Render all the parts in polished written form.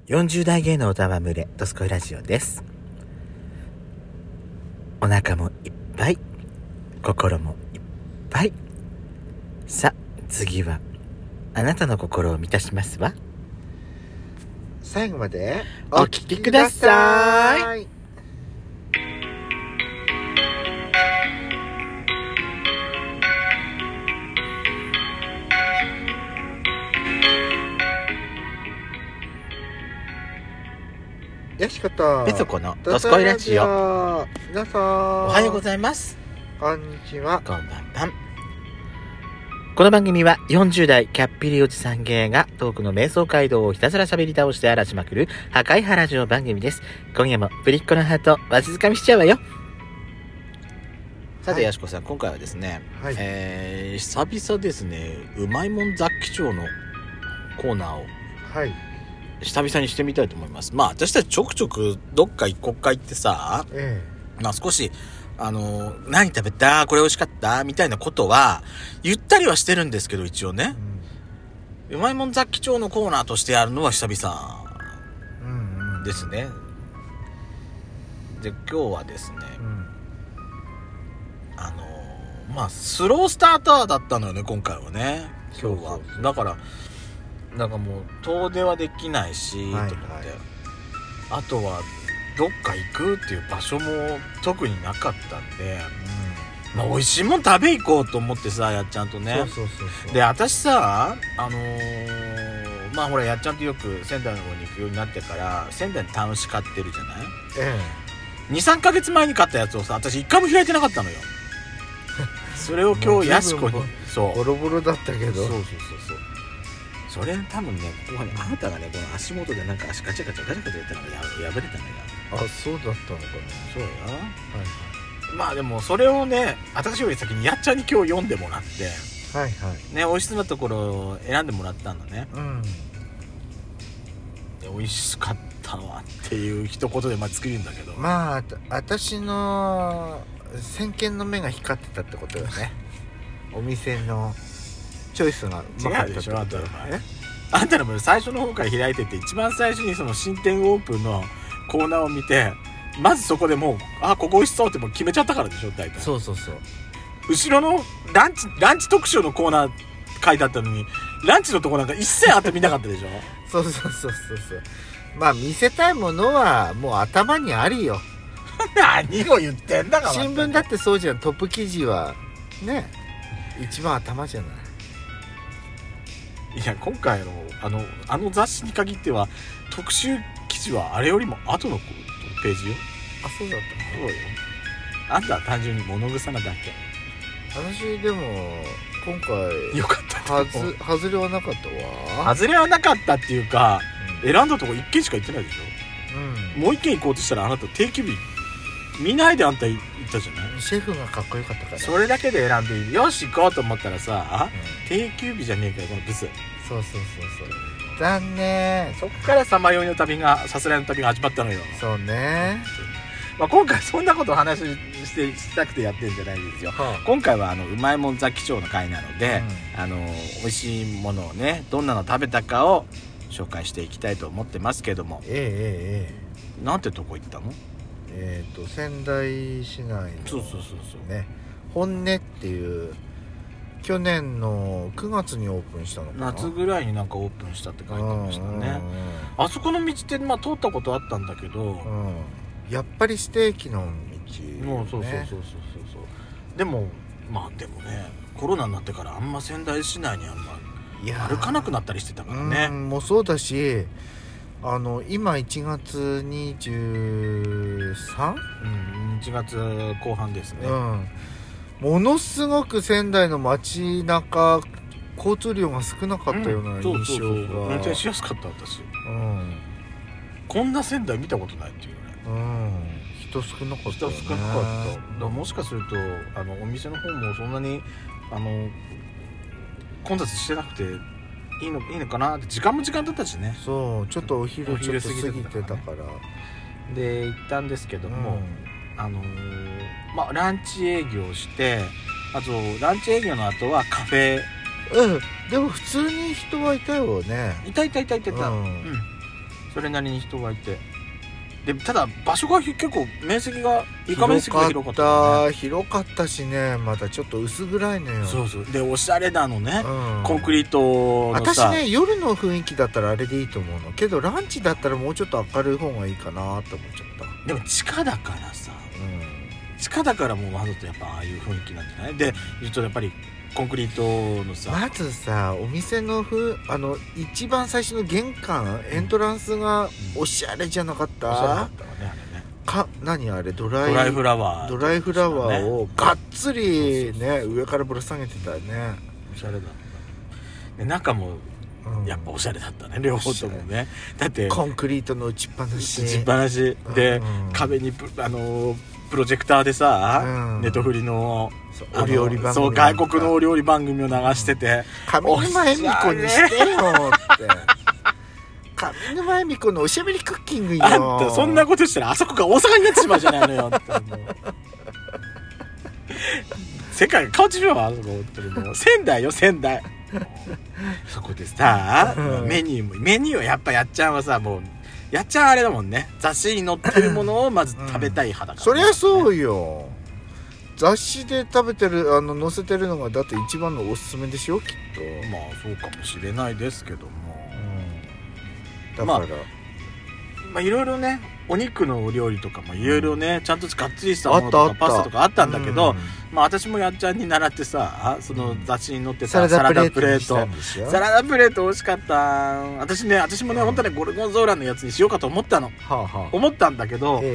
40代芸能歌は群れドスコイラジオです。お腹もいっぱい、心もいっぱい。さあ次はあなたの心を満たしますわ。 最後までお聞きください。 よしことペソコのドスコイラジオ。 皆さんおはようございます。 こんにちは。 こんばんばん。この番組は40代キャッピリおじさん芸がトークの瞑想街道をひたすら喋り倒して荒らしまくる破壊派ラジオ番組です。今夜もぶりっ子のハートわしづかみしちゃうわよ。さて、やしこさん、今回はですね、 はい、 久々ですね、うまいもん雑記帳のコーナーをはい、 久々にしてみたいと思います。まあ私たちちょくちょくどっか一国会ってさ、まあ少し何食べた、これ美味しかったみたいなことは言ったりはしてるんですけど、一応ね、うまいもん雑記帳のコーナーとしてやるのは久々ですね。で今日はですね、まあスロースターターだったのよね、今回はね。今日はそうだからなんかもう遠出はできないし、と思って、あとはどっか行くっていう場所も特になかったんで、まあ美味しいもん食べ行こうと思ってさ、やっちゃんとね。 そうで私さ、まあほら、やっちゃんとよく仙台の方に行くようになってから仙台のタウン誌買ってるじゃない。2,3 ヶ月前に買ったやつをさ、私一回も開いてなかったのよ。それを今日やしこに、 ボロボロだったけど、 そうそれ多分ね、ここにあなたがね、この足元でなんか足ガチャガチャやったのが破れたのよ。 あ、そうだったのかな。 そうよ。まあでもそれをね、私より先にやっちゃんに今日読んでもらって、ね、美味しそうなところを選んでもらったんだね。で美味しかったわっていう一言で作るんだけど、 まあ私の先見の目が光ってたってことよね。お店のチョイスがうまかったってこと。違うでしょ、あんたのも最初の方から開いてて、一番最初にその新店オープンのコーナーを見て、まずそこでもうここ美味しそうってもう決めちゃったからでしょ、大体。そう後ろのランチ特集のコーナー書いてあったのに、ランチのとこなんか一切後見なかったでしょ。そうまあ見せたいものはもう頭にありよ。 何を言ってんだか。 新聞だってそうじゃん。トップ記事はね、一番頭じゃない。 いや、今回のあの雑誌に限っては特集記事はあれよりも後のページよ。 あ、そうだったの。そうよ。あんたは単純に物臭なだけ。 私でも今回よかった外れはなかったわ。 外れはなかったっていうか、選んだとこ1軒しか行ってないでしょ。もう1軒行こうとしたら、あなた定休日見ないであんた行ったじゃない。 シェフがかっこよかったから、 それだけで選んでよし行こうと思ったらさ、定休日じゃねえかよ、このブス。 そう残念。 そっからさまよいの旅が、さすらいの旅が始まったのよ。 そうね。 まあ、今回そんなことを話したくてやってるんじゃないですよ。今回はうまいもん雑記帳の回なので、美味しいものをね、どんなの食べたかを紹介していきたいと思ってますけども。なんてとこ行ったの？ 仙台市内のね、本音っていう、去年の9月にオープンしたのかな。夏ぐらいになんかオープンしたって書いてましたね。あそこの道って通ったことあったんだけど、 やっぱりステーキの道、 もうそうでもね、コロナになってからあんま仙台市内に歩かなくなったりしてたからね。 もうそうだし、今1月 23？ 1月後半ですね。 ものすごく仙台の街中交通量が少なかったような印象が。 運転しやすかった、私。こんな仙台見たことないっていうね。 人少なかったよね。 だもしかするとお店の方もそんなに混雑してなくていいのかなって。時間も時間だったしね。 そう、ちょっとお昼ちょっと過ぎてたからで行ったんですけども、ランチ営業して、あとランチ営業の後はカフェ。 でも普通に人はいたよね。 いた、 それなりに人がいて、でただ場所が結構面積が床面積が広かったね。 広かったしね、まだちょっと薄暗いのよ。 そうそうでおしゃれなのね、コンクリートのさ。 私ね夜の雰囲気だったらあれでいいと思うのけど、ランチだったらもうちょっと明るい方がいいかなって思っちゃった。 でも地下だからさ、地下だからもうわざとやっぱああいう雰囲気なんじゃない。でちょっとやっぱりコンクリートのさ、 まずさお店の一番最初の玄関エントランスがおしゃれじゃなかった？ おしゃれだったわね、あれね。 何あれドライフラワーをがっつりね上からぶら下げてたよね。 おしゃれだった。で中もやっぱおしゃれだったね、両方ともね。だってコンクリートの打ちっぱなしで、壁にプロジェクターでさ、ネトフリのお料理番組、 そう外国のお料理番組を流してて、 上沼恵美子にしてよって上沼恵美子のおしゃべりクッキングよ。 あんたそんなことしたらあそこが大阪になってしまうじゃないのよって世界が変わってしまうわ、あそこ本当にもう仙台よ仙台そこでさ、メニューをやっぱやっちゃんはさ、もうやっちゃんあれだもんね、雑誌に載ってるものをまず食べたい派だから、ね、 そりゃそうよ。雑誌で食べてる載せてるのがだって一番のおすすめでしょきっと。 まあそうかもしれないですけども、 だからまあいろいろね、お肉のお料理とかもいろいろね、ちゃんとがっつりしたものとかパスタとかあったんだけど、まあ私もやっちゃんに習ってさ、その雑誌に載ってたサラダプレート美味しかった。私もね、本当はねゴルゴンゾーラのやつにしようかと思ったの、思ったんだけど、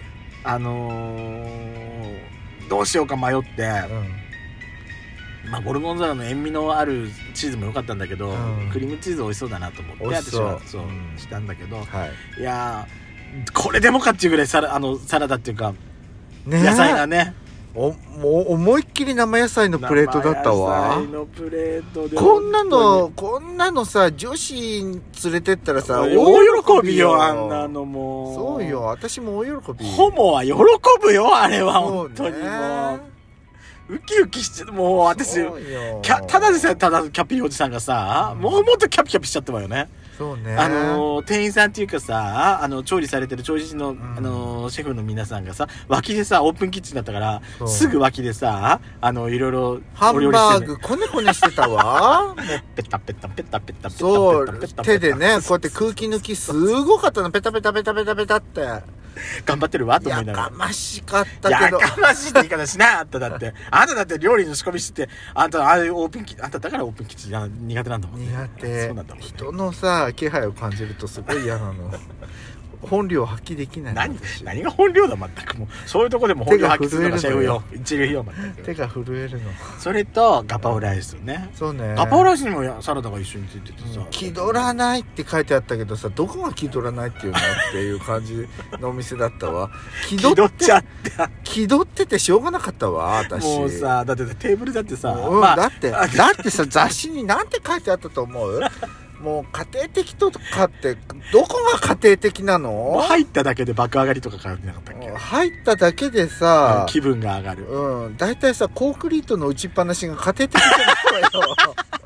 どうしようか迷って、まあゴルゴンゾーラの塩味のあるチーズも良かったんだけど、クリームチーズ美味しそうだなと思って私はそうしたんだけど、いやこれでもかっていうぐらいサラダっていうか、野菜がね、 もう思いっきり生野菜のプレートだったわ。 生野菜のプレートでこんなのさ女子連れてったらさ大喜びよ、あんなのも。 そうよ、私も大喜び。 ホモは喜ぶよあれは、本当にもうウキウキして、もう私ただでさえただキャピーおじさんがさ、もっとキャピキャピしちゃってたよね。 そうね、 店員さんっていうかさ、調理されてる調理師の、シェフの皆さんがさ、脇でさオープンキッチンだったからすぐ脇でさ、いろいろハンバーグこねこねしてたわペタペタペタペタペタ、 そう手でねこうやって空気抜きすごかったの、ペタペタペタペタペタって頑張ってるわと思いながら。 やかましかったけど。 やかましいって言い方しない。あんただって料理の仕込みしてあんたああいうオープンキッチン、あんただからオープンキッチン苦手なんだもんね。 苦手。 そうなんだもんね。 人のさ気配を感じるとすごい嫌なの本領発揮できない。 何が本領だ、全くもうそういうとこでも本領発揮するのが一流よ、全く手が震えるの。 それとガパオライスね。 そうね、 ガパオライスにもサラダが一緒についててさ、 気取らないって書いてあったけどさ、どこが気取らないっていうのっていう感じのお店だったわ気取っちゃった。気取っててしょうがなかったわ私。 もうさ、だってテーブルだってさ、 だってさ雑誌になんて書いてあったと思うもう家庭的とかってどこが家庭的なの？もう入っただけで爆上がりとか書いてなかったっけ？ 入っただけでさ、 気分が上がる。 だいたいさコンクリートの打ちっぱなしが家庭的じゃないわよ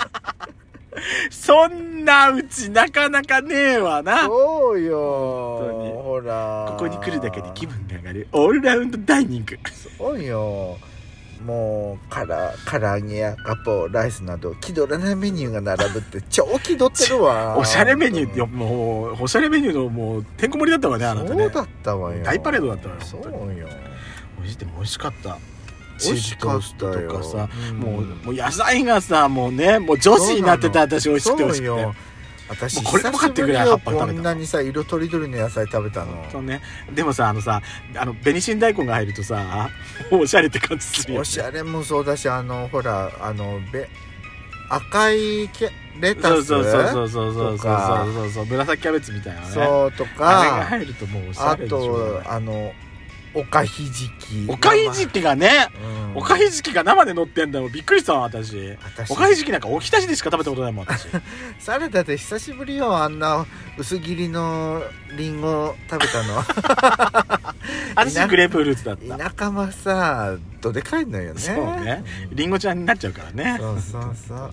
そんなうちなかなかねえわな。 そうよ、本当にほらここに来るだけで気分が上がるオールラウンドダイニング。 そうよ、もう唐揚げやガパオライスなど気取らないメニューが並ぶって超気取ってるわおしゃれメニュー、もうおしゃれメニューのもうてんこ盛りだったわね、あなたね。 そうだったわよ、 大パレードだったわよ。 そうよ、 美味しかった。 美味しかったよとかさ、もう野菜がさ、もうね、もう女子になってた。私美味しくて美味しくて、 私これも買ってくれ、葉っぱ食べたの。 こんなにさ色とりどりの野菜食べたの。 そうね。でもさ、紅新大根が入るとさ、おしゃれって感じするよね。 おしゃれもそうだし、ほら赤いレタスそう紫キャベツみたいなね。 そうとか、 あれが入るともうおしゃれでしょ。 あとおかひじき。 おかひじきがね、おかひじきが生で乗ってんだよ。びっくりしたわ私。おかひじきなんかおひたしでしか食べたことないもん私。 サラダで久しぶりよ、あんな薄切りのリンゴ食べたの。 私グレープフルーツだった。 田舎はさどでかいのよね。 そうね、リンゴちゃんになっちゃうからね。 そうそうそう。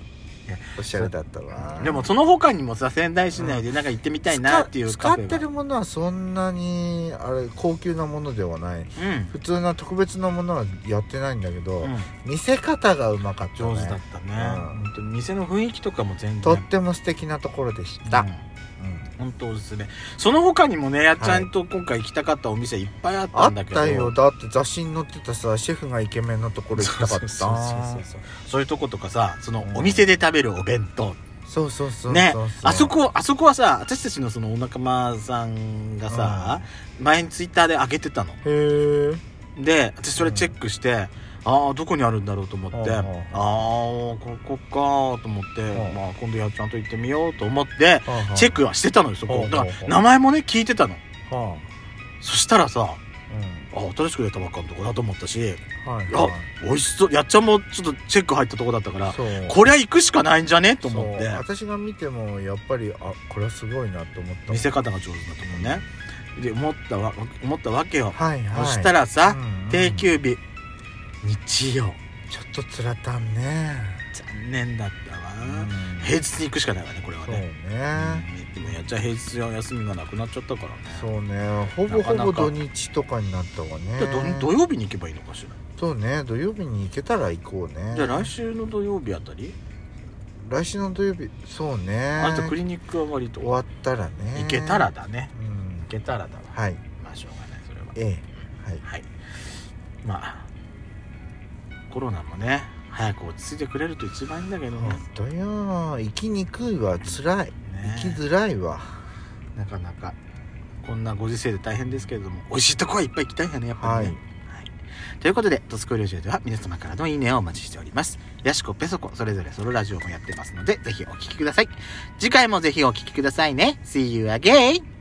おしゃれだったわ。 でもその他にもさ、仙台市内でなんか行ってみたいなっていうカフェが、 使ってるものはそんなにあれ高級なものではない、普通な特別なものはやってないんだけど、見せ方がうまかったね。 上手だったね。本当に店の雰囲気とかも全然とっても素敵なところでした。 本当おすすめ。その他にもね、やっちゃんと今回行きたかったお店いっぱいあったんだけど。 あったよ。だって雑誌に載ってたさ、シェフがイケメンのところ行きたかった。 そういうとことかさ、そのお店で食べるお弁当。 そうね、あそこはさ、私たちのそのお仲間さんがさ、前にツイッターで上げてたの。で、私それチェックして、どこにあるんだろうと思って、ここかと思って、今度やっちゃんと行ってみようと思って、チェックはしてたのよ、そこ。だから名前もね、聞いてたの。そしたらさ、新しく出たばっかのとこだと思ったし、美味しそう。やっちゃんもちょっとチェック入ったとこだったから、こりゃ行くしかないんじゃねと思って。 私が見てもやっぱりこれはすごいなと思った。 見せ方が上手だと思うね。で思ったわけよ。そしたらさ、定休日日曜。 ちょっとつらたんね。 残念だったわ。平日に行くしかないわね、これはね。でもやっちゃ平日休みがなくなっちゃったからね。 そうね、ほぼ土日とかになったわね。 土曜日に行けばいいのかしら。 そうね、土曜日に行けたら行こうね。 じゃあ来週の土曜日あたり。 来週の土曜日、そうね。 あとクリニック上がりと終わったらね。 行けたらだね。行けたらだわ。 はい。 まあしょうがないそれは。はい。まあコロナもね、早く落ち着いてくれると一番いいんだけどね。 本当よ、生きにくいわ、辛い、生きづらいわ。 なかなかこんなご時世で大変ですけれども、美味しいとこはいっぱい行きたいよね、やっぱりね。ということで、ドスコイラジオでは皆様からのいいねをお待ちしております。ヤシコ、ペソコ、それぞれソロラジオもやってますので、ぜひお聞きください。次回もぜひお聞きくださいね。See you again!